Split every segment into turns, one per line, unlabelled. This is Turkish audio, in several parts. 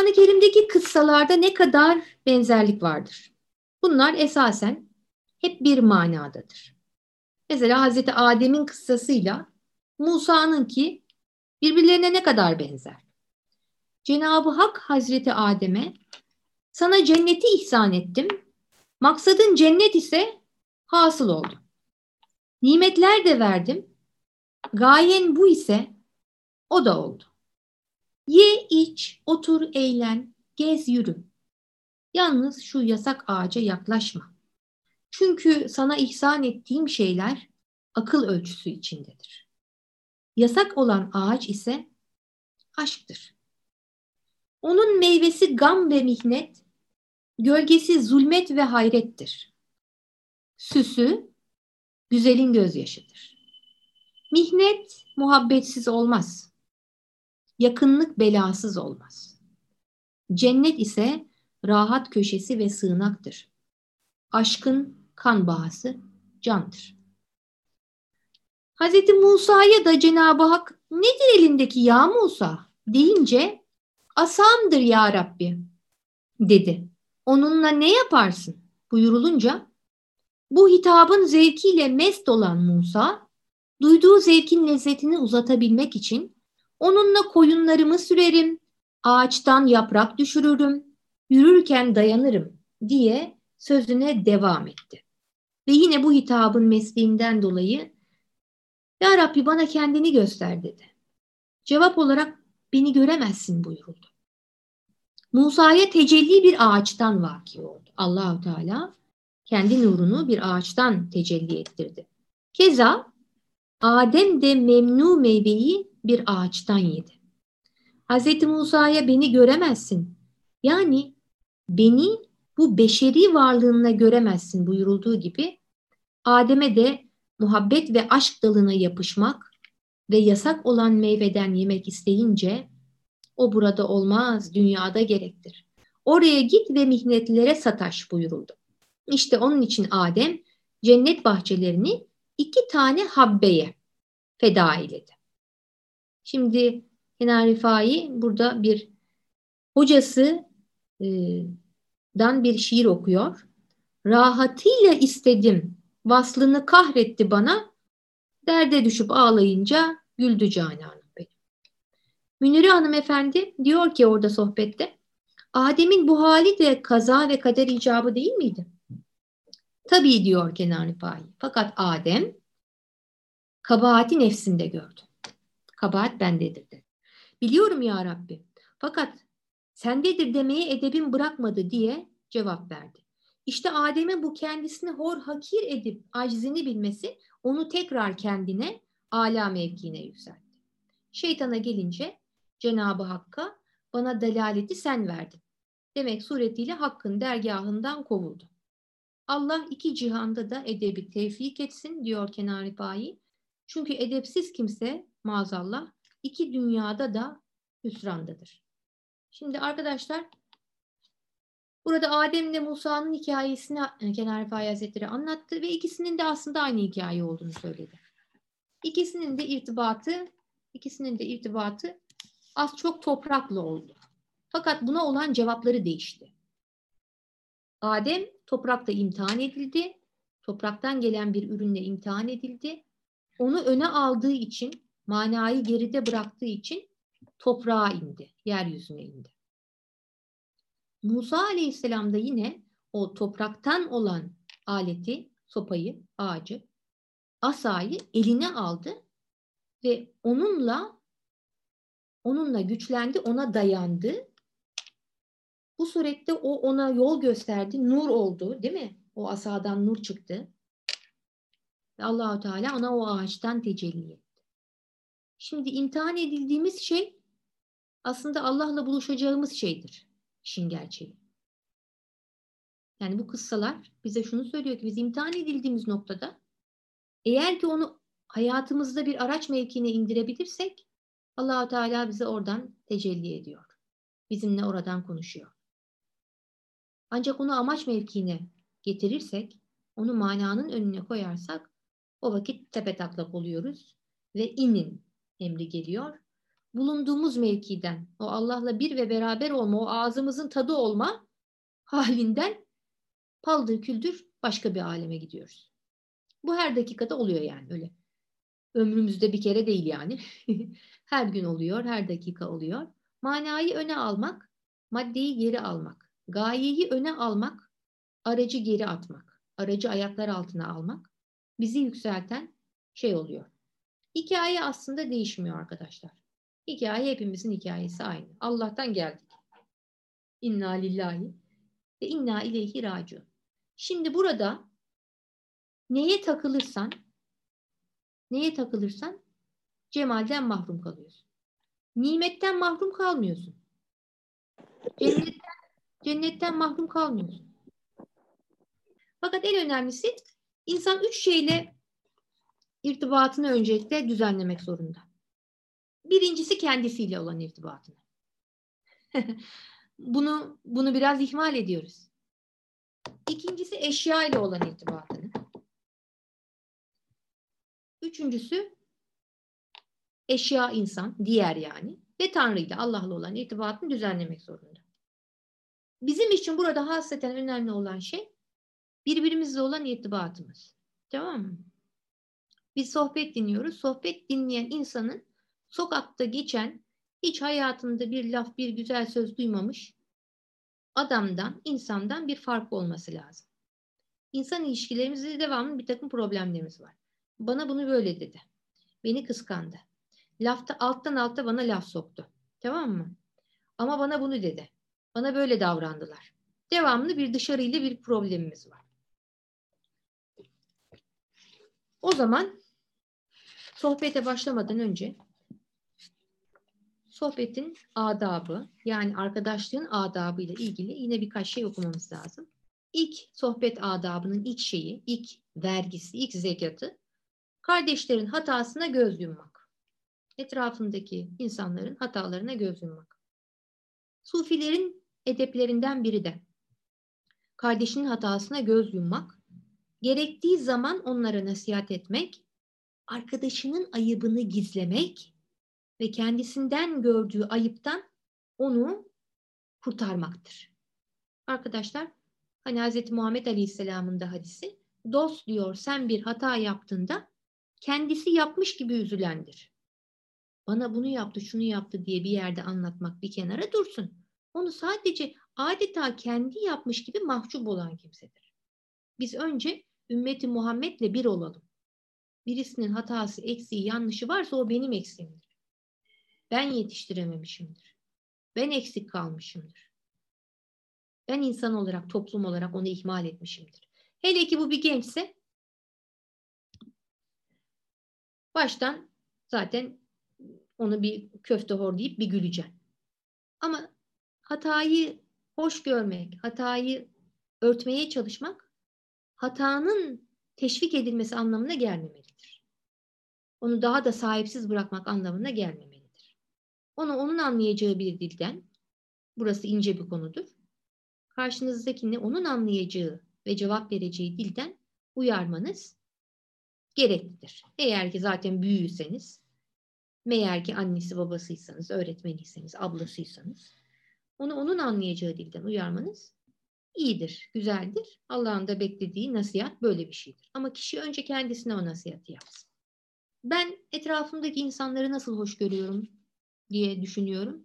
Kur'an-ı Kerim'deki kıssalarda ne kadar benzerlik vardır? Bunlar esasen hep bir manadadır. Mesela Hazreti Adem'in kıssasıyla Musa'nınki birbirlerine ne kadar benzer? Cenab-ı Hak Hazreti Adem'e sana cenneti ihsan ettim. Maksadın cennet ise hasıl oldu. Nimetler de verdim. Gayen bu ise o da oldu. Ye, iç, otur, eğlen, gez, yürü. Yalnız şu yasak ağaca yaklaşma. Çünkü sana ihsan ettiğim şeyler akıl ölçüsü içindedir. Yasak olan ağaç ise aşktır. Onun meyvesi gam ve mihnet, gölgesi zulmet ve hayrettir. Süsü güzelin gözyaşıdır. Mihnet muhabbetsiz olmaz. Yakınlık belasız olmaz. Cennet ise rahat köşesi ve sığınaktır. Aşkın kan bağısı candır. Hazreti Musa'ya da Cenab-ı Hak nedir elindeki ya Musa deyince asamdır ya Rabbi dedi. Onunla ne yaparsın buyurulunca bu hitabın zevkiyle mest olan Musa duyduğu zevkin lezzetini uzatabilmek için onunla koyunlarımı sürerim, ağaçtan yaprak düşürürüm, yürürken dayanırım diye sözüne devam etti. Ve yine bu hitabın mesleğinden dolayı ya Rabbi bana kendini göster dedi. Cevap olarak beni göremezsin buyuruldu. Musa'ya tecelli bir ağaçtan vaki oldu. Allahu Teala kendi nurunu bir ağaçtan tecelli ettirdi. Keza Adem de memnu meyveyi bir ağaçtan yedi. Hz. Musa'ya beni göremezsin. Yani beni bu beşeri varlığınla göremezsin buyurulduğu gibi Adem'e de muhabbet ve aşk dalına yapışmak ve yasak olan meyveden yemek isteyince o burada olmaz, dünyada gerektir. Oraya git ve mihnetlere sataş buyuruldu. İşte onun için Adem cennet bahçelerini 2 tane habbeye feda eyledi. Şimdi Kenan Rifai burada bir hocasından bir şiir okuyor. Rahatıyla istedim, vaslını kahretti bana, derde düşüp ağlayınca güldü cananım benim. Münire hanımefendi diyor ki orada sohbette, Adem'in bu hali de kaza ve kader icabı değil miydi? Tabii diyor Kenan Rifai. Fakat Adem kabahati nefsinde gördü. Kabahat bendedir dedi. Biliyorum ya Rabbi. Fakat sendedir demeye edebim bırakmadı diye cevap verdi. İşte Adem'in bu kendisini hor hakir edip aczini bilmesi onu tekrar kendine âlâ mevkiine yükseltti. Şeytana gelince Cenab-ı Hakk'a bana delaleti sen verdin demek suretiyle Hakk'ın dergahından kovuldu. Allah 2 cihanda da edebi tevfik etsin diyor Kenan Rifai. Çünkü edepsiz kimse maazallah 2 dünyada da hüsrandadır. Şimdi arkadaşlar burada Adem ile Musa'nın hikayesini Kenan Rifai Hazretleri anlattı ve ikisinin de aslında aynı hikaye olduğunu söyledi. İkisinin de irtibatı az çok toprakla oldu. Fakat buna olan cevapları değişti. Adem toprakta imtihan edildi. Topraktan gelen bir ürünle imtihan edildi. Onu öne aldığı için, manayı geride bıraktığı için toprağa indi, yeryüzüne indi. Musa Aleyhisselam da yine o topraktan olan aleti, sopayı, ağacı, asayı eline aldı ve onunla güçlendi, ona dayandı. Bu surette o ona yol gösterdi, nur oldu, değil mi? O asadan nur çıktı. Ve Allahu Teala ona o ağaçtan tecelli etti. Şimdi imtihan edildiğimiz şey aslında Allah'la buluşacağımız şeydir. İşin gerçeği. Yani bu kıssalar bize şunu söylüyor ki biz imtihan edildiğimiz noktada eğer ki onu hayatımızda bir araç mevkine indirebilirsek Allah-u Teala bize oradan tecelli ediyor. Bizimle oradan konuşuyor. Ancak onu amaç mevkine getirirsek, onu mananın önüne koyarsak o vakit tepetaklak oluyoruz ve inin emri geliyor. bulunduğumuz mevkiden, o Allah'la bir ve beraber olma, o ağzımızın tadı olma halinden paldır küldür başka bir aleme gidiyoruz. Bu her dakikada oluyor yani öyle. Ömrümüzde bir kere değil yani. Her gün oluyor, her dakika oluyor. Manayı öne almak, maddeyi geri almak. Gayeyi öne almak, aracı geri atmak. Aracı ayaklar altına almak bizi yükselten şey oluyor. Hikaye aslında değişmiyor arkadaşlar. Hikaye hepimizin hikayesi aynı. Allah'tan geldik. İnna lillahi ve inna ileyhi raciun. Şimdi burada neye takılırsan cemalden mahrum kalıyorsun. Nimetten mahrum kalmıyorsun. Cennetten mahrum kalmıyorsun. Fakat en önemlisi insan 3 şeyle irtibatını öncelikle düzenlemek zorunda. Birincisi kendisiyle olan irtibatını. Bunu biraz ihmal ediyoruz. İkincisi eşya ile olan irtibatını. Üçüncüsü eşya insan, diğer yani ve Tanrı ile Allah'la olan irtibatını düzenlemek zorunda. Bizim için burada hasreten önemli olan şey birbirimizle olan irtibatımız. Tamam mı? Biz sohbet dinliyoruz. Sohbet dinleyen insanın sokakta geçen hiç hayatında bir laf, bir güzel söz duymamış adamdan, insandan bir fark olması lazım. İnsan ilişkilerimizde devamlı bir takım problemlerimiz var. Bana bunu böyle dedi. Beni kıskandı. Alttan alta bana laf soktu. Tamam mı? Ama bana bunu dedi. Bana böyle davrandılar. Devamlı bir dışarıyla bir problemimiz var. O zaman sohbete başlamadan önce sohbetin adabı, yani arkadaşlığın adabı ile ilgili yine birkaç şey okumamız lazım. İlk sohbet adabının ilk şeyi, ilk vergisi, ilk zekatı kardeşlerin hatasına göz yummak. Etrafındaki insanların hatalarına göz yummak. Sufilerin edeplerinden biri de kardeşinin hatasına göz yummak, gerektiği zaman onlara nasihat etmek, arkadaşının ayıbını gizlemek ve kendisinden gördüğü ayıptan onu kurtarmaktır. Arkadaşlar, hani Hz. Muhammed Aleyhisselam'ın da hadisi, dost diyor sen bir hata yaptığında kendisi yapmış gibi üzülendir. Bana bunu yaptı, şunu yaptı diye bir yerde anlatmak bir kenara dursun. Onu sadece adeta kendi yapmış gibi mahcup olan kimsedir. Biz önce ümmeti Muhammed'le bir olalım. Birisinin hatası, eksiği, yanlışı varsa o benim eksiğimdir. Ben yetiştirememişimdir. Ben eksik kalmışımdır. Ben insan olarak, toplum olarak onu ihmal etmişimdir. Hele ki bu bir gençse baştan zaten onu bir köfte hor deyip bir güleceğim. Ama hatayı hoş görmek, hatayı örtmeye çalışmak hatanın teşvik edilmesi anlamına gelmemelidir. Onu daha da sahipsiz bırakmak anlamına gelmemelidir. Onu onun anlayacağı bir dilden, burası ince bir konudur, karşınızdakini onun anlayacağı ve cevap vereceği dilden uyarmanız gereklidir. Eğer ki zaten büyüyseniz, meğer ki annesi babasıysanız, öğretmeniyseniz, ablasıysanız, onu onun anlayacağı dilden uyarmanız iyidir, güzeldir. Allah'ın da beklediği nasihat böyle bir şeydir. Ama kişi önce kendisine o nasihatı yapsın. Ben etrafımdaki insanları nasıl hoş görüyorum diye düşünüyorum.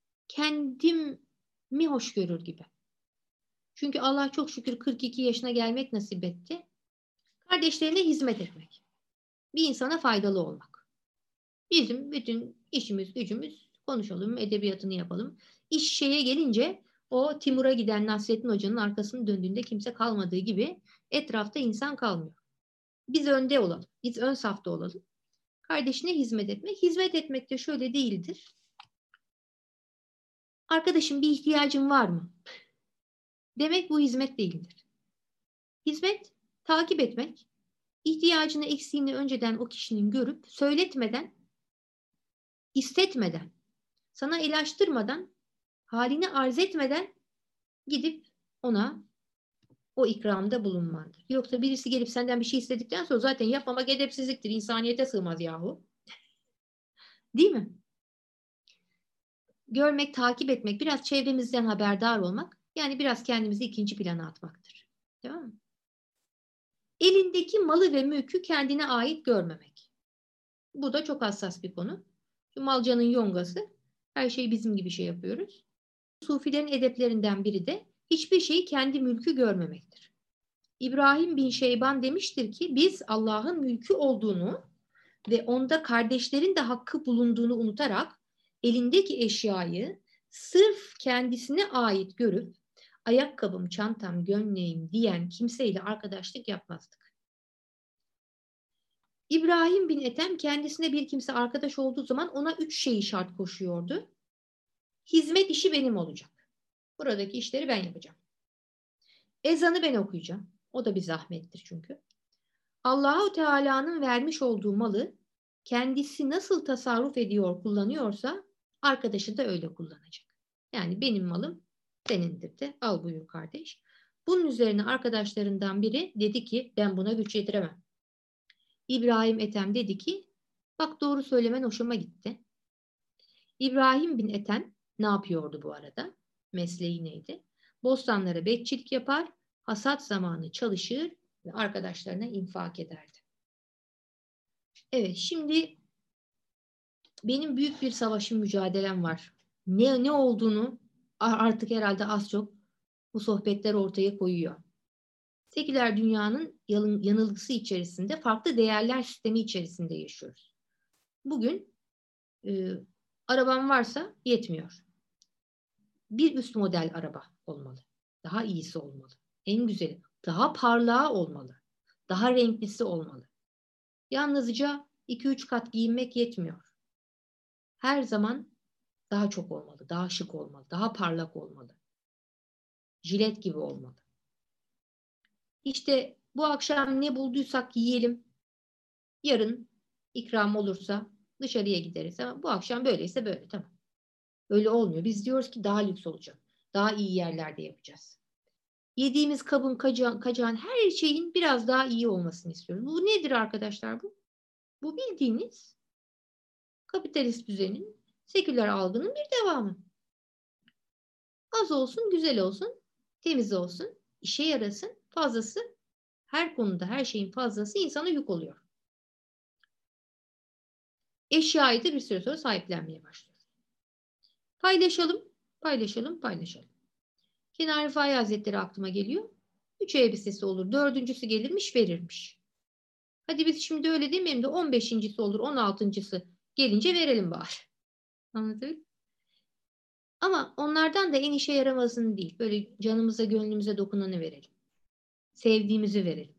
Kendimi hoş görür gibi. Çünkü Allah çok şükür 42 yaşına gelmek nasip etti. Kardeşlerine hizmet etmek. Bir insana faydalı olmak. Bizim bütün işimiz, gücümüz, konuşalım, edebiyatını yapalım. İş şeye gelince o Timur'a giden Nasrettin Hoca'nın arkasını döndüğünde kimse kalmadığı gibi etrafta insan kalmıyor. Biz önde olalım. Biz ön safta olalım. Kardeşine hizmet etmek. Hizmet etmek de şöyle değildir. Arkadaşım bir ihtiyacın var mı? Demek bu hizmet değildir. Hizmet takip etmek. İhtiyacını, eksiğini önceden o kişinin görüp söyletmeden, istetmeden, sana el açtırmadan, halini arz etmeden gidip ona o ikramda bulunmandır. Yoksa birisi gelip senden bir şey istedikten sonra zaten yapmamak edepsizliktir. İnsaniyete sığmaz yahu. Değil mi? görmek, takip etmek, biraz çevremizden haberdar olmak, yani biraz kendimizi ikinci plana atmaktır. Tamam mı? Elindeki malı ve mülkü kendine ait görmemek. Bu da çok hassas bir konu. Şu malcanın yongası, her şeyi bizim gibi şey yapıyoruz. Sufilerin edeplerinden biri de hiçbir şeyi kendi mülkü görmemektir. İbrahim bin Şeyban demiştir ki biz Allah'ın mülkü olduğunu ve onda kardeşlerin de hakkı bulunduğunu unutarak elindeki eşyayı sırf kendisine ait görüp ayakkabım, çantam, gömleğim diyen kimseyle arkadaşlık yapmazdık. İbrahim bin Ethem kendisine bir kimse arkadaş olduğu zaman ona 3 şeyi şart koşuyordu. Hizmet işi benim olacak. Buradaki işleri ben yapacağım. Ezanı ben okuyacağım. O da bir zahmettir çünkü. Allahu Teala'nın vermiş olduğu malı kendisi nasıl tasarruf ediyor, kullanıyorsa arkadaşı da öyle kullanacak. Yani benim malım senindir de al buyur kardeş. Bunun üzerine arkadaşlarından biri dedi ki ben buna güç yetiremem. İbrahim Ethem dedi ki bak doğru söylemen hoşuma gitti. İbrahim bin Ethem ne yapıyordu bu arada? Mesleği neydi? Bostanlara bekçilik yapar, hasat zamanı çalışır ve arkadaşlarına infak ederdi. Evet, şimdi benim büyük bir savaşım, mücadelem var. Ne olduğunu artık herhalde az çok bu sohbetler ortaya koyuyor. Seküler dünyanın yanılgısı içerisinde, farklı değerler sistemi içerisinde yaşıyoruz. Bugün arabam varsa yetmiyor. Bir üst model araba olmalı. Daha iyisi olmalı. En güzeli. Daha parlağı olmalı. Daha renklisi olmalı. Yalnızca 2-3 kat giyinmek yetmiyor. Her zaman daha çok olmalı, daha şık olmalı, daha parlak olmalı. Jilet gibi olmalı. İşte bu akşam ne bulduysak yiyelim. Yarın ikram olursa dışarıya gideriz. Ama bu akşam böyleyse böyle, tamam. Öyle olmuyor. Biz diyoruz ki daha lüks olacak. Daha iyi yerlerde yapacağız. Yediğimiz kabın, kacağın, her şeyin biraz daha iyi olmasını istiyoruz. Bu nedir arkadaşlar bu? Bu bildiğiniz kapitalist düzenin, seküler algının bir devamı. Az olsun, güzel olsun, temiz olsun, işe yarasın, fazlası, her konuda her şeyin fazlası insana yük oluyor. Eşyayı da bir süre sonra sahiplenmeye başlıyor. Paylaşalım, paylaşalım, paylaşalım. Kenar Rifai Hazretleri aklıma geliyor. 3 elbisesi olur, 4.'sü gelirmiş, verirmiş. Hadi biz şimdi öyle demeyelim de 15.'si olur, 16.'sı gelince verelim bari. Anladın? Ama onlardan da en işe yaramazını değil, böyle canımıza, gönlümüze dokunanı verelim. Sevdiğimizi verelim.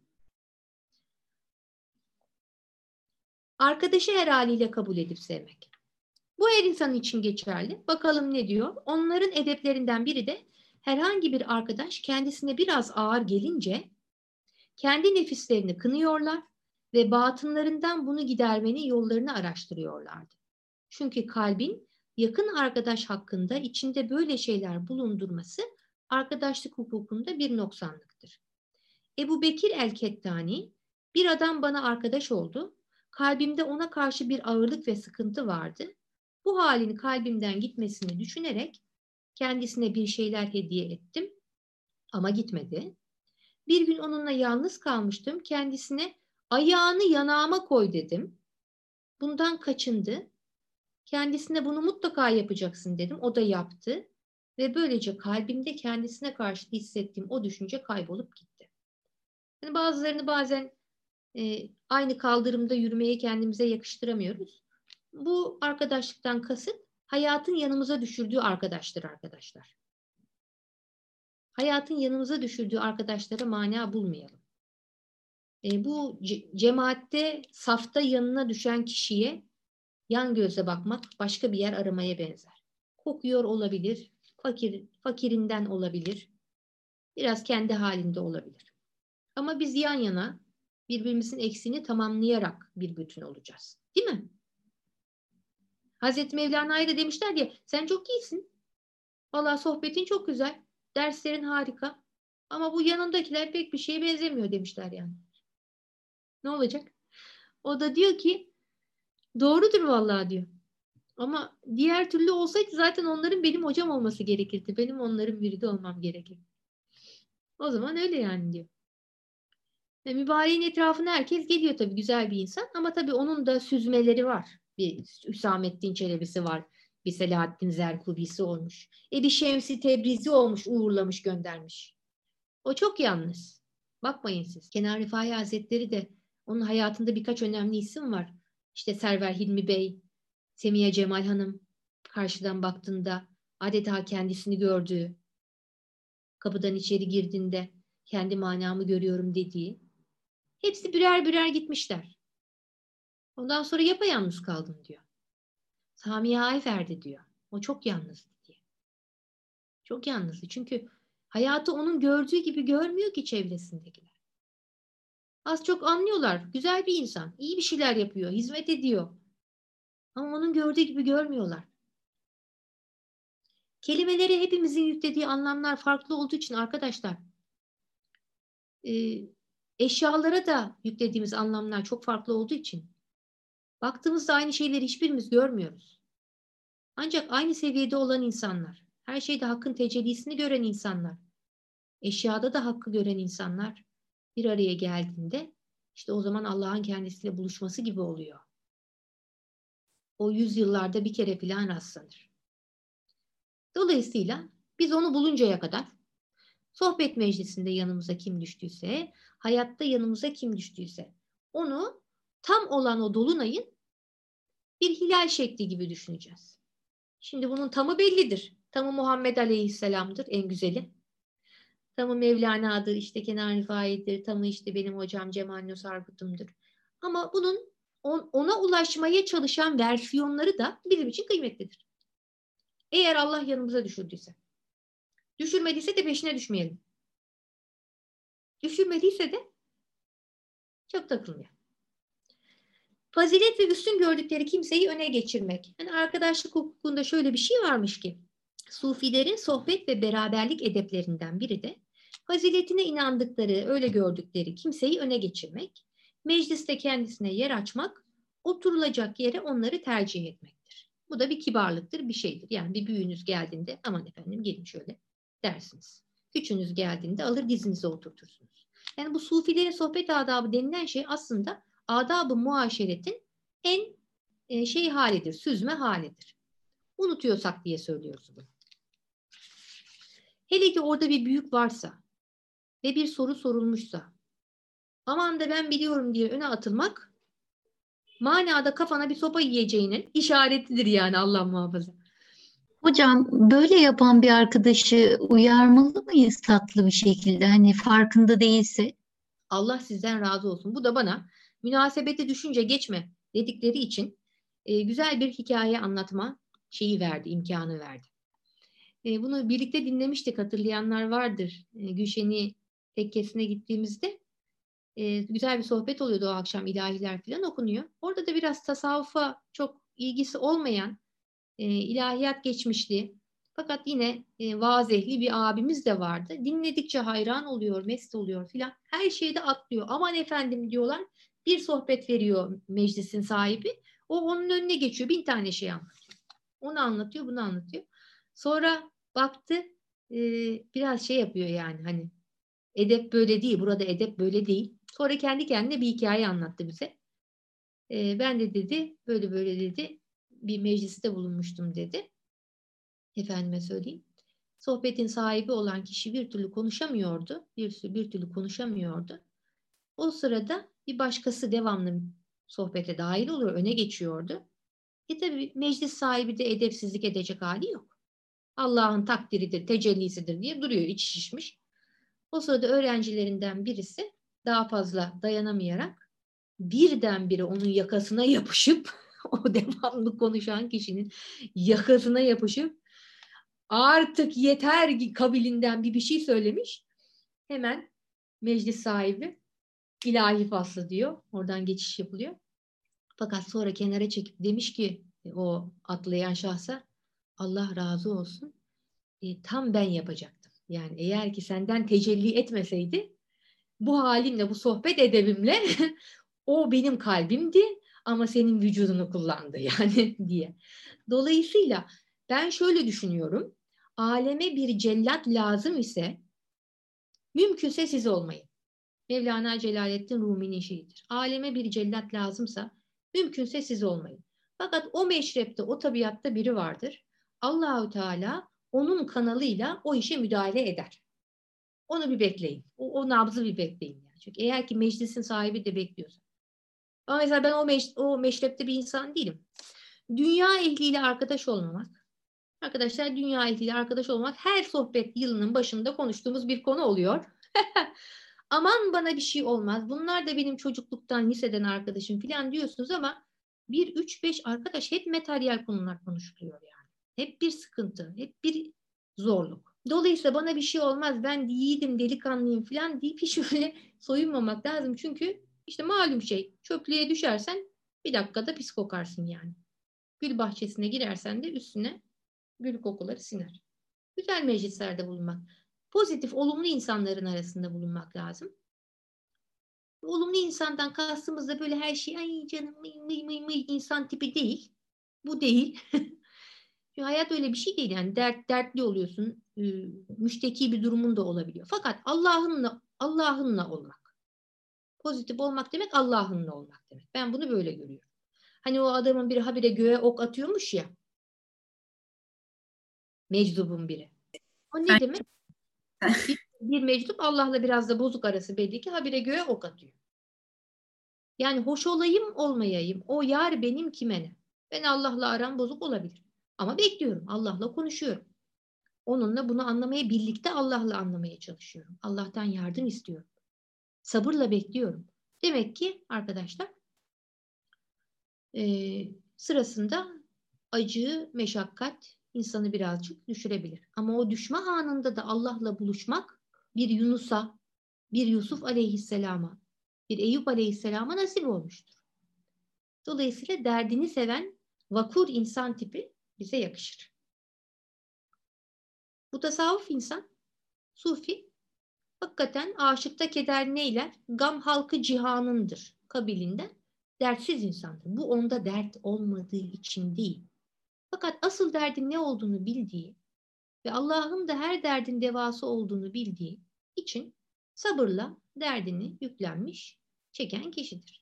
Arkadaşı her haliyle kabul edip sevmek. Bu her insan için geçerli. Bakalım ne diyor? Onların edeplerinden biri de herhangi bir arkadaş kendisine biraz ağır gelince kendi nefislerini kınıyorlar ve batınlarından bunu gidermenin yollarını araştırıyorlardı. Çünkü kalbin yakın arkadaş hakkında içinde böyle şeyler bulundurması arkadaşlık hukukunda bir noksanlıktır. Ebu Bekir el-Kettani, bir adam bana arkadaş oldu. Kalbimde ona karşı bir ağırlık ve sıkıntı vardı. Bu halin kalbimden gitmesini düşünerek kendisine bir şeyler hediye ettim ama gitmedi. Bir gün onunla yalnız kalmıştım. Kendisine ayağını yanağıma koy dedim. Bundan kaçındı. Kendisine bunu mutlaka yapacaksın dedim. O da yaptı. Ve böylece kalbimde kendisine karşı hissettiğim o düşünce kaybolup gitti. Yani bazılarını bazen aynı kaldırımda yürümeye kendimize yakıştıramıyoruz. Bu arkadaşlıktan kasıt hayatın yanımıza düşürdüğü arkadaştır arkadaşlar. Hayatın yanımıza düşürdüğü arkadaşlara mana bulmayalım. Bu cemaatte, safta yanına düşen kişiye yan gözle bakmak başka bir yer aramaya benzer. Kokuyor olabilir, fakirinden olabilir, biraz kendi halinde olabilir. Ama biz yan yana birbirimizin eksiğini tamamlayarak bir bütün olacağız. Değil mi? Hazreti Mevlana'ya da demişler ki sen çok iyisin. Vallahi sohbetin çok güzel. Derslerin harika. Ama bu yanındakiler pek bir şeye benzemiyor demişler yani. Ne olacak? O da diyor ki doğrudur vallahi diyor. Ama diğer türlü olsaydı zaten onların benim hocam olması gerekirdi. Benim onların müridi olmam gerekir. O zaman öyle yani diyor. Mübareğin etrafına herkes geliyor tabii, güzel bir insan. Ama tabii onun da süzmeleri var. Bir Hüsamettin Çelebi'si var. Bir Selahaddin Zerkubi'si olmuş. Bir Şemsi Tebrizi olmuş, uğurlamış, göndermiş. O çok yalnız. Bakmayın siz. Kenan Rifai Hazretleri de, onun hayatında birkaç önemli isim var. İşte Server Hilmi Bey, Semiha Cemal Hanım, karşıdan baktığında adeta kendisini gördüğü, kapıdan içeri girdiğinde kendi manamı görüyorum dediği. Hepsi birer birer gitmişler. Ondan sonra yapayalnız kaldım diyor. Samiye Ayfer'di diyor. O çok yalnızdı diye. Çok yalnızdı. Çünkü hayatı onun gördüğü gibi görmüyor ki çevresindekiler. Az çok anlıyorlar. Güzel bir insan. İyi bir şeyler yapıyor. Hizmet ediyor. Ama onun gördüğü gibi görmüyorlar. Kelimelere hepimizin yüklediği anlamlar farklı olduğu için arkadaşlar, eşyalara da yüklediğimiz anlamlar çok farklı olduğu için baktığımızda aynı şeyleri hiçbirimiz görmüyoruz. Ancak aynı seviyede olan insanlar, her şeyde hakkın tecellisini gören insanlar, eşyada da hakkı gören insanlar bir araya geldiğinde işte o zaman Allah'ın kendisiyle buluşması gibi oluyor. O yüzyıllarda bir kere falan rastlanır. Dolayısıyla biz onu buluncaya kadar sohbet meclisinde yanımıza kim düştüyse, hayatta yanımıza kim düştüyse onu tam olan o dolunayın bir hilal şekli gibi düşüneceğiz. Şimdi bunun tamı bellidir. Tamı Muhammed Aleyhisselam'dır, en güzeli. Tamı Mevlana'dır, işte Kenan Rifai'dir, tamı işte benim hocam Cemal Nusargut'umdur. Ama bunun ona ulaşmaya çalışan versiyonları da bizim için kıymetlidir. Eğer Allah yanımıza düşürdüyse. Düşürmediyse de peşine düşmeyelim. Düşürmediyse de çok takılmayalım. Fazilet ve üstün gördükleri kimseyi öne geçirmek. Yani arkadaşlık hukukunda şöyle bir şey varmış ki, Sufilerin sohbet ve beraberlik edeplerinden biri de faziletine inandıkları, öyle gördükleri kimseyi öne geçirmek, mecliste kendisine yer açmak, oturulacak yere onları tercih etmektir. Bu da bir kibarlıktır, bir şeydir. Yani bir büyüğünüz geldiğinde aman efendim gelin şöyle dersiniz. Küçüğünüz geldiğinde alır dizinize oturtursunuz. Yani bu sufilerin sohbet adabı denilen şey aslında adab-ı muaşeretin en halidir, süzme halidir. Unutuyorsak diye söylüyoruz bunu. Hele ki orada bir büyük varsa ve bir soru sorulmuşsa, aman da ben biliyorum diye öne atılmak, manada kafana bir sopa yiyeceğinin işaretidir yani, Allah muhafaza.
Hocam böyle yapan bir arkadaşı uyarmalı mıyız tatlı bir şekilde? Hani farkında değilse.
Allah sizden razı olsun. Bu da bana münasebeti düşünce geçme dedikleri için güzel bir hikaye anlatma şeyi verdi, imkanı verdi. Bunu birlikte dinlemiştik, hatırlayanlar vardır. Gülşen'i tekkesine gittiğimizde güzel bir sohbet oluyordu o akşam, ilahiler falan okunuyor. Orada da biraz tasavvufa çok ilgisi olmayan, ilahiyat geçmişli fakat yine vaaz ehli bir abimiz de vardı. Dinledikçe hayran oluyor, mest oluyor filan. Her şeyde atlıyor. Aman efendim diyorlar. Bir sohbet veriyor meclisin sahibi. O onun önüne geçiyor. 1000 tane şey anlatıyor. Onu anlatıyor, bunu anlatıyor. Sonra baktı biraz şey yapıyor yani, hani edep böyle değil, burada edep böyle değil. Sonra kendi kendine bir hikaye anlattı bize. Ben de dedi böyle böyle dedi bir mecliste bulunmuştum dedi. Efendime söyleyeyim. Sohbetin sahibi olan kişi bir türlü konuşamıyordu. Bir türlü konuşamıyordu. O sırada bir başkası devamlı sohbete dahil oluyor, öne geçiyordu. Tabii meclis sahibi de edepsizlik edecek hali yok. Allah'ın takdiridir, tecellisidir diye duruyor, içi şişmiş. O sırada öğrencilerinden birisi daha fazla dayanamayarak birdenbire onun yakasına yapışıp o devamlı konuşan kişinin yakasına yapışıp artık yeter kabilinden bir şey söylemiş. Hemen meclis sahibi ilahi faslı diyor. Oradan geçiş yapılıyor. Fakat sonra kenara çekip demiş ki o atlayan şahsa, Allah razı olsun, tam ben yapacaktım. Yani eğer ki senden tecelli etmeseydi bu halimle, bu sohbet edebimle o benim kalbimdi. ama senin vücudunu kullandı yani diye. Dolayısıyla ben şöyle düşünüyorum. Aleme bir cellat lazım ise mümkünse siz olmayın. Mevlana Celaleddin Rumi'nin şiiridir. Aleme bir cellat lazımsa mümkünse siz olmayın. Fakat o meşrepte, o tabiatta biri vardır. Allahu Teala onun kanalıyla o işe müdahale eder. Onu bir bekleyin. O nabzı bir bekleyin. Yani. Çünkü eğer ki meclisin sahibi de bekliyorsa. Ama mesela ben o meşrepte bir insan değilim. Dünya ehliyle arkadaş olmamak. Arkadaşlar dünya ehliyle arkadaş olmak her sohbet yılının başında konuştuğumuz bir konu oluyor. Aman bana bir şey olmaz. Bunlar da benim çocukluktan, liseden arkadaşım falan diyorsunuz ama 1, 3, 5 arkadaş hep materyal konular konuşuluyor yani. Hep bir sıkıntı, hep bir zorluk. Dolayısıyla bana bir şey olmaz, ben yiğidim, delikanlıyım falan deyip hiç öyle soyunmamak lazım. Çünkü işte malum şey, çöplüğe düşersen bir dakikada pis kokarsın yani. Gül bahçesine girersen de üstüne gül kokuları siner. Güzel meclislerde bulunmak. Pozitif, olumlu insanların arasında bulunmak lazım. Olumlu insandan kastımız da böyle her şey ay canım mıy insan tipi değil. Bu değil. Çünkü hayat öyle bir şey değil yani dertli oluyorsun. Müşteki bir durumun da olabiliyor. Fakat Allah'ınla olmak. Pozitif olmak demek Allah'ınla olmak demek. Ben bunu böyle görüyorum. Hani o adamın biri habire göğe ok atıyormuş ya. Meczubun biri. O ne demek? Bir meczup Allah'la biraz da bozuk arası belli ki habire göğe ok atıyor. Yani hoş olayım olmayayım. O yar benim kime ne? Ben Allah'la aram bozuk olabilir. Ama bekliyorum. Allah'la konuşuyorum. Onunla bunu anlamaya, birlikte Allah'la anlamaya çalışıyorum. Allah'tan yardım istiyorum. Sabırla bekliyorum. Demek ki arkadaşlar sırasında acı, meşakkat insanı birazcık düşürebilir. Ama o düşme anında da Allah'la buluşmak bir Yunus'a, bir Yusuf Aleyhisselam'a, bir Eyüp Aleyhisselam'a nasip olmuştur. Dolayısıyla derdini seven vakur insan tipi bize yakışır. Bu tasavvuf insan, sufi, hakikaten aşıkta keder neyler? Gam halkı cihanındır kabilinden dertsiz insandır. Bu onda dert olmadığı için değil. Fakat asıl derdin ne olduğunu bildiği ve Allah'ın da her derdin devası olduğunu bildiği için sabırla derdini yüklenmiş, çeken kişidir.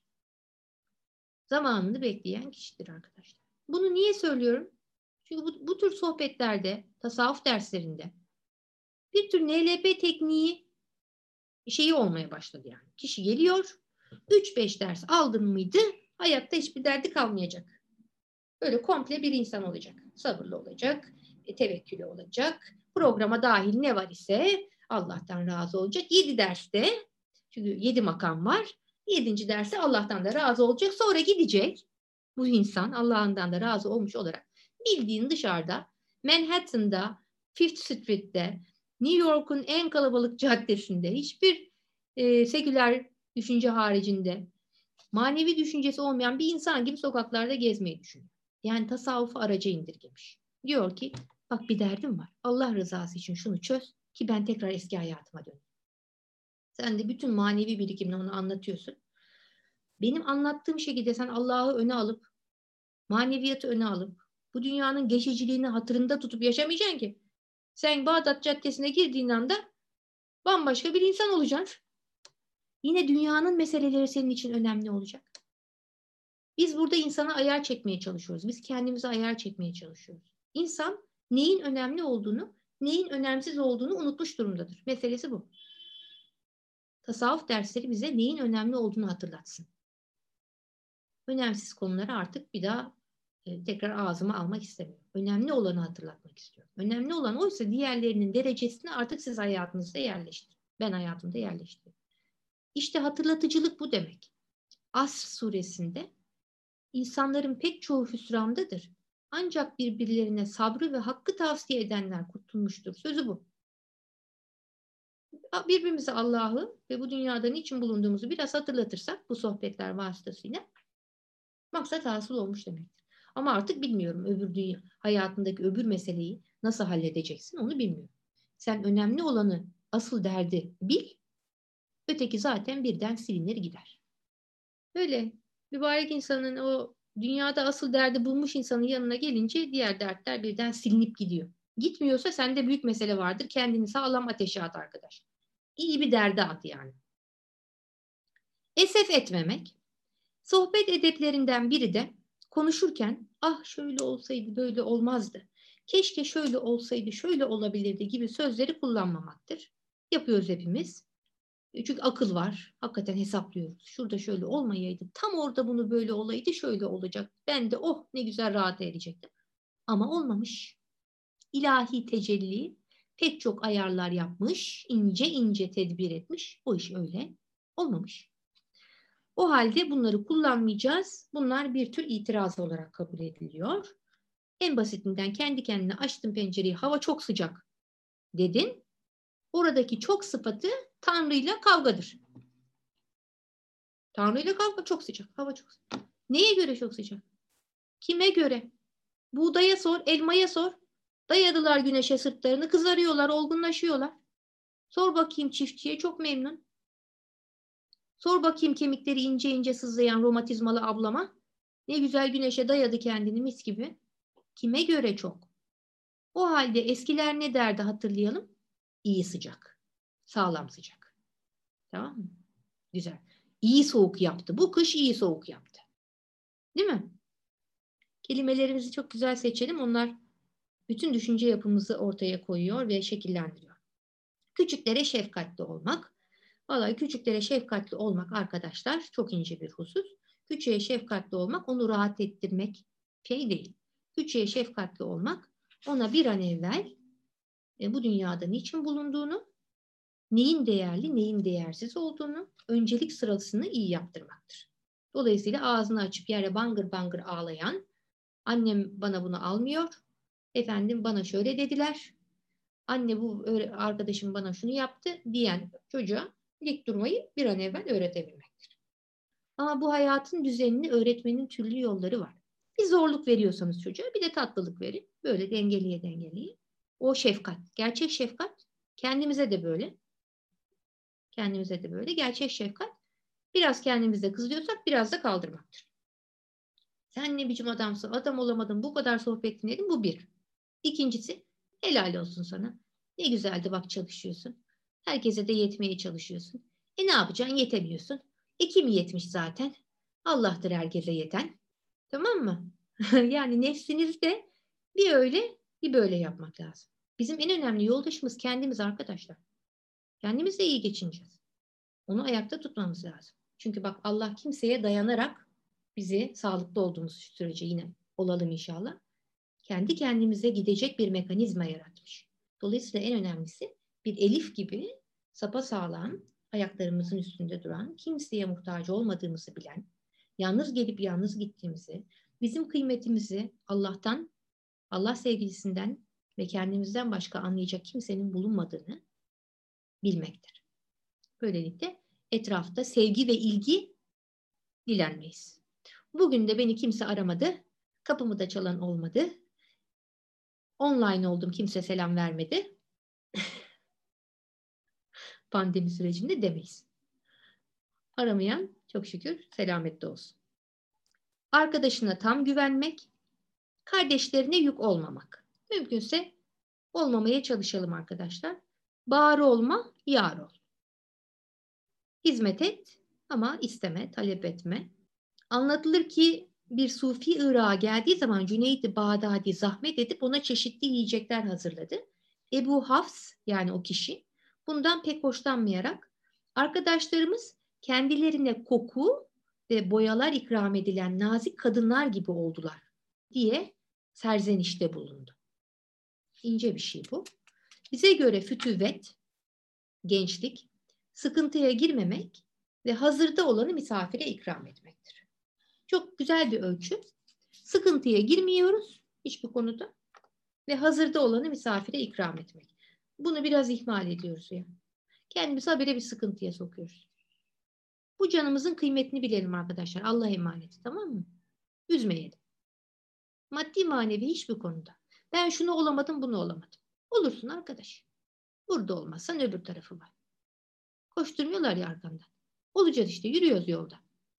Zamanını bekleyen kişidir arkadaşlar. Bunu niye söylüyorum? Çünkü bu tür sohbetlerde, tasavvuf derslerinde bir tür NLP tekniği şeyi olmaya başladı yani. Kişi geliyor, 3-5 ders aldın mıydı hayatta hiçbir derdi kalmayacak. Böyle komple bir insan olacak. Sabırlı olacak, tevekkülü olacak. Programa dahil ne var ise Allah'tan razı olacak. 7 derste, çünkü 7 makam var. 7. derste Allah'tan da razı olacak. Sonra gidecek. Bu insan Allah'ından da razı olmuş olarak bildiğin dışarıda Manhattan'da, Fifth Street'te, New York'un en kalabalık caddesinde hiçbir seküler düşünce haricinde manevi düşüncesi olmayan bir insan gibi sokaklarda gezmeyi düşünüyor. Yani tasavvufu araca indirgemiş. Diyor ki bak bir derdim var. Allah rızası için şunu çöz ki ben tekrar eski hayatıma döneyim. Sen de bütün manevi birikimini ona anlatıyorsun. Benim anlattığım şekilde sen Allah'ı öne alıp, maneviyatı öne alıp, bu dünyanın geçiciliğini hatırında tutup yaşamayacaksın ki. Sen Bağdat Caddesi'ne girdiğin anda bambaşka bir insan olacaksın. Yine dünyanın meseleleri senin için önemli olacak. Biz burada insana ayar çekmeye çalışıyoruz. Biz kendimize ayar çekmeye çalışıyoruz. İnsan neyin önemli olduğunu, neyin önemsiz olduğunu unutmuş durumdadır. Meselesi bu. Tasavvuf dersleri bize neyin önemli olduğunu hatırlatsın. Önemsiz konuları artık bir daha tekrar ağzıma almak istemiyorum. Önemli olanı hatırlatmak istiyorum. Önemli olan oysa diğerlerinin derecesini artık siz hayatınızda yerleştirin. Ben hayatımda yerleştirdim. İşte hatırlatıcılık bu demek. Asr suresinde İnsanların pek çoğu hüsrandadır. Ancak birbirlerine sabrı ve hakkı tavsiye edenler kurtulmuştur. Sözü bu. Birbirimize Allah'ı ve bu dünyada niçin bulunduğumuzu biraz hatırlatırsak bu sohbetler vasıtasıyla maksat hasıl olmuş demektir. Ama artık bilmiyorum öbür dünya, hayatındaki öbür meseleyi nasıl halledeceksin onu bilmiyorum. Sen önemli olanı, asıl derdi bil, öteki zaten birden silinir gider. Böyle Mübarek insanın o dünyada asıl derdi bulmuş insanın yanına gelince diğer dertler birden silinip gidiyor. Gitmiyorsa sende büyük mesele vardır. Kendini sağlam ateşe at arkadaş. İyi bir derde at yani. Esef etmemek. Sohbet edeplerinden biri de konuşurken ah şöyle olsaydı böyle olmazdı. Keşke şöyle olsaydı şöyle olabilirdi gibi sözleri kullanmamaktır. Yapıyoruz hepimiz. Çünkü akıl var. Hakikaten hesaplıyoruz. Şurada şöyle olmayaydı. Tam orada bunu böyle olaydı şöyle olacak. Ben de oh ne güzel rahat edecektim. Ama olmamış. İlahi tecelli pek çok ayarlar yapmış. İnce ince tedbir etmiş. O iş öyle olmamış. O halde bunları kullanmayacağız. Bunlar bir tür itiraz olarak kabul ediliyor. En basitinden kendi kendine açtın pencereyi, hava çok sıcak dedin. Oradaki çok sıfatı Tanrı'yla kavgadır. Tanrı'yla kavga, çok sıcak, hava çok sıcak. Neye göre çok sıcak? Kime göre? Buğdaya sor, elmaya sor. Dayadılar güneşe sırtlarını, kızarıyorlar, olgunlaşıyorlar. Sor bakayım çiftçiye, çok memnun. Sor bakayım kemikleri ince ince sızlayan romatizmalı ablama. Ne güzel güneşe dayadı kendini mis gibi. Kime göre çok? O halde eskiler ne derdi hatırlayalım? İyi sıcak. Sağlam sıcak. Tamam mı? Güzel. İyi soğuk yaptı. Bu kış iyi soğuk yaptı. Değil mi? Kelimelerimizi çok güzel seçelim. Onlar bütün düşünce yapımızı ortaya koyuyor ve şekillendiriyor. Küçüklere şefkatli olmak. Vallahi küçüklere şefkatli olmak arkadaşlar çok ince bir husus. Küçüğe şefkatli olmak onu rahat ettirmek şey değil. Küçüğe şefkatli olmak ona bir an evvel bu dünyada niçin bulunduğunu, neyin değerli, neyin değersiz olduğunu, öncelik sırasını iyi yaptırmaktır. Dolayısıyla ağzını açıp yere bangır bangır ağlayan, annem bana bunu almıyor, efendim bana şöyle dediler, anne bu arkadaşım bana şunu yaptı diyen çocuğa dik durmayı bir an evvel öğretebilmektir. Ama bu hayatın düzenini öğretmenin türlü yolları var. Bir zorluk veriyorsanız çocuğa bir de tatlılık verin. Böyle dengeliye dengeliye. O şefkat, gerçek şefkat kendimize de böyle. Kendimize de böyle. Gerçek şefkat biraz kendimize kızıyorsak biraz da kaldırmaktır. Sen ne biçim adamsın, adam olamadın, bu kadar sohbet dinledin, bu bir. İkincisi helal olsun sana. Ne güzeldi bak çalışıyorsun. Herkese de yetmeye çalışıyorsun. Ne yapacaksın yetemiyorsun. Kim yetmiş zaten? Allah'tır herkese yeten. Tamam mı? Yani nefsinizde bir öyle bir böyle yapmak lazım. Bizim en önemli yoldaşımız kendimiz arkadaşlar. Kendimizle iyi geçineceğiz. Onu ayakta tutmamız lazım. Çünkü bak Allah kimseye dayanarak bizi sağlıklı olduğumuz sürece yine olalım inşallah. Kendi kendimize gidecek bir mekanizma yaratmış. Dolayısıyla en önemlisi bir elif gibi sapasağlam ayaklarımızın üstünde duran, kimseye muhtaç olmadığımızı bilen, yalnız gelip yalnız gittiğimizi, bizim kıymetimizi Allah'tan, Allah sevgilisinden ve kendimizden başka anlayacak kimsenin bulunmadığını bilmektir. Böylelikle etrafta sevgi ve ilgi dilenmeyiz. Bugün de beni kimse aramadı, kapımı da çalan olmadı, online oldum kimse selam vermedi. Pandemi sürecinde demeyiz. Aramayan çok şükür selamette olsun. Arkadaşına tam güvenmek, kardeşlerine yük olmamak. Mümkünse olmamaya çalışalım arkadaşlar. Bağrı olma, yar ol. Hizmet et ama isteme, talep etme. Anlatılır ki bir Sufi Irak'a geldiği zaman Cüneyd-i Bağdadi zahmet edip ona çeşitli yiyecekler hazırladı. Ebu Hafs yani o kişi bundan pek hoşlanmayarak arkadaşlarımız kendilerine koku ve boyalar ikram edilen nazik kadınlar gibi oldular diye serzenişte bulundu. İnce bir şey bu. Bize göre fütüvvet, gençlik, sıkıntıya girmemek ve hazırda olanı misafire ikram etmektir. Çok güzel bir ölçü. Sıkıntıya girmiyoruz hiçbir konuda ve hazırda olanı misafire ikram etmek. Bunu biraz ihmal ediyoruz ya. Kendimizi habire bir sıkıntıya sokuyoruz. Bu canımızın kıymetini bilelim arkadaşlar. Allah'a emanet, tamam mı? Üzmeyelim. Maddi manevi hiçbir konuda. Ben şunu olamadım, bunu olamadım. Olursun arkadaş. Burada olmazsan öbür tarafı var. Koşturmuyorlar ya arkamdan. Olacağız işte, yürüyoruz yolda.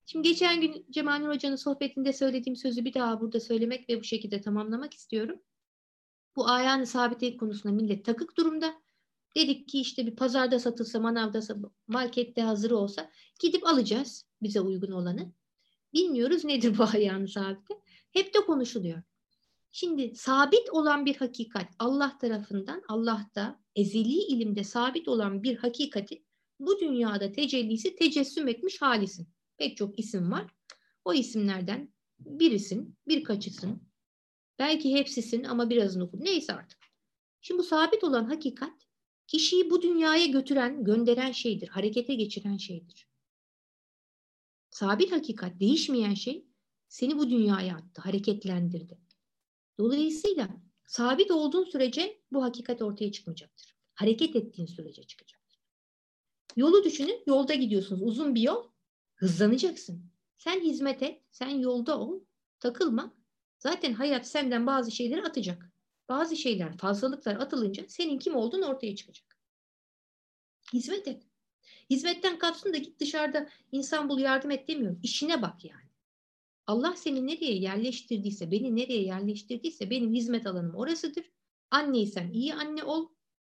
Şimdi geçen gün Cemal Nur Hoca'nın sohbetinde söylediğim sözü bir daha burada söylemek ve bu şekilde tamamlamak istiyorum. Bu ayağını sabite konusunda millet takık durumda. Dedik ki işte bir pazarda satılsa, manavda, markette hazır olsa gidip alacağız bize uygun olanı. Bilmiyoruz nedir bu ayağını sabite. Hep de konuşuluyor. Şimdi sabit olan bir hakikat Allah tarafından, Allah'ta ezeli ilimde sabit olan bir hakikati bu dünyada tecellisi tecessüm etmiş halisin. Pek çok isim var. O isimlerden birisin, birkaçısın. Belki hepsisin ama birazını oku. Neyse artık. Şimdi bu sabit olan hakikat kişiyi bu dünyaya götüren, gönderen şeydir. Harekete geçiren şeydir. Sabit hakikat, değişmeyen şey seni bu dünyaya attı, hareketlendirdi. Dolayısıyla sabit olduğun sürece bu hakikat ortaya çıkmayacaktır. Hareket ettiğin sürece çıkacaktır. Yolu düşünün, yolda gidiyorsunuz. Uzun bir yol, hızlanacaksın. Sen hizmet et, sen yolda ol, takılma. Zaten hayat senden bazı şeyleri atacak. Bazı şeyler, fazlalıklar atılınca senin kim olduğun ortaya çıkacak. Hizmet et. Hizmetten kalsın da git dışarıda insan bul yardım et demiyorum. İşine bak yani. Allah seni nereye yerleştirdiyse, beni nereye yerleştirdiyse benim hizmet alanım orasıdır. Anneysen iyi anne ol.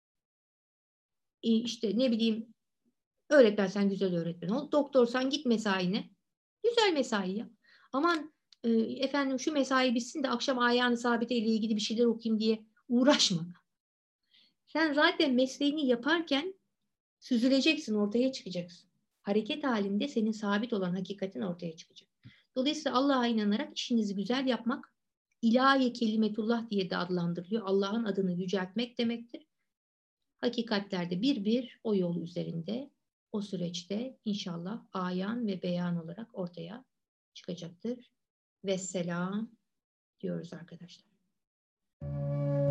İşte ne bileyim öğretmensen güzel öğretmen ol. Doktorsan git mesaine. Güzel mesai yap. Aman efendim şu mesai bitsin de akşam ayağını sabite ile ilgili bir şeyler okuyayım diye uğraşma. Sen zaten mesleğini yaparken süzüleceksin, ortaya çıkacaksın. Hareket halinde senin sabit olan hakikatin ortaya çıkacak. Dolayısıyla Allah'a inanarak işinizi güzel yapmak, ilahi kelimetullah diye de adlandırılıyor. Allah'ın adını yüceltmek demektir. Hakikatlerde bir bir o yol üzerinde, o süreçte inşallah ayan ve beyan olarak ortaya çıkacaktır. Vesselam diyoruz arkadaşlar.